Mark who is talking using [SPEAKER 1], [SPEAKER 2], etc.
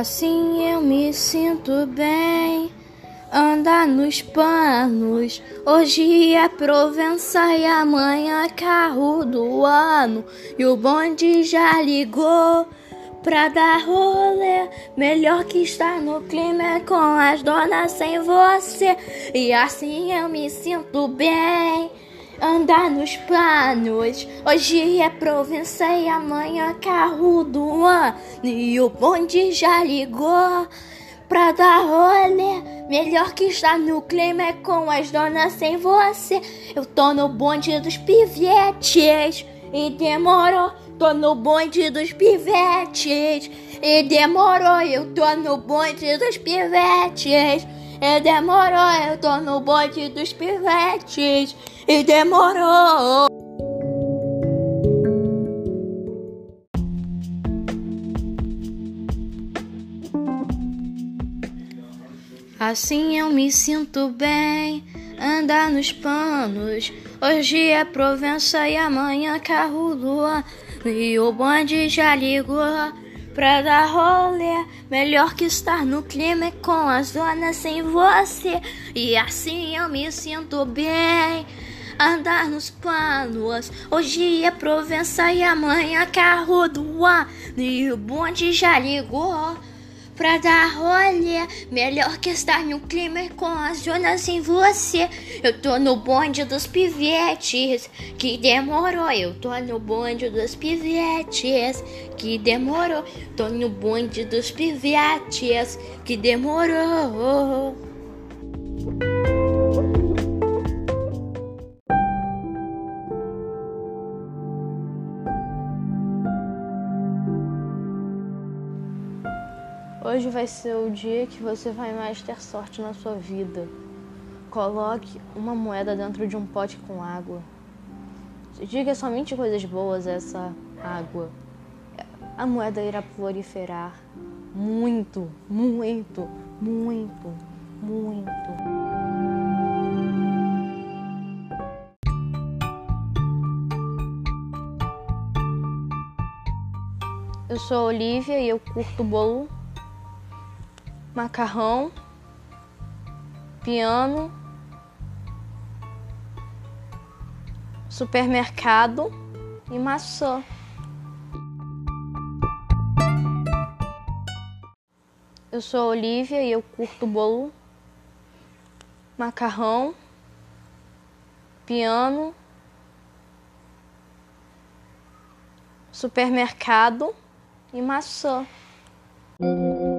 [SPEAKER 1] Assim eu me sinto bem, andar nos panos. Hoje é Provença e amanhã carro do ano. E o bonde já ligou pra dar rolê. Melhor que estar no clima é com as donas sem você. E assim eu me sinto bem, andar nos planos. Hoje é Provença e amanhã carro do ano. E o bonde já ligou pra dar rolê. Melhor que estar no clima é com as donas sem você. Eu tô no bonde dos pivetes e demorou. Tô no bonde dos pivetes e demorou. Eu tô no bonde dos pivetes e demorou. Eu tô no bonde dos pivetes e demorou. Assim eu me sinto bem, andar nos panos. Hoje é Provença e amanhã carro do ano. E o bonde já ligou pra dar rolê. Melhor que estar no clima é com as donas sem você. E assim eu me sinto bem, andar nos planos. Hoje é Provença e amanhã carro do ano. E o bonde já ligou pra dar rolê. Melhor que estar no clima com as donas sem você. Eu tô no bonde dos pivetes que demorou. Eu tô no bonde dos pivetes que demorou. Tô no bonde dos pivetes que demorou. Hoje vai ser o dia que você vai mais ter sorte na sua vida. Coloque uma moeda dentro de um pote com água. Diga somente coisas boas a essa água. A moeda irá proliferar muito, muito, muito, muito. Eu sou a Olivia e eu curto bolo, macarrão, piano, supermercado e maçã. Eu sou a Olivia e eu curto bolo, macarrão, piano, supermercado e maçã.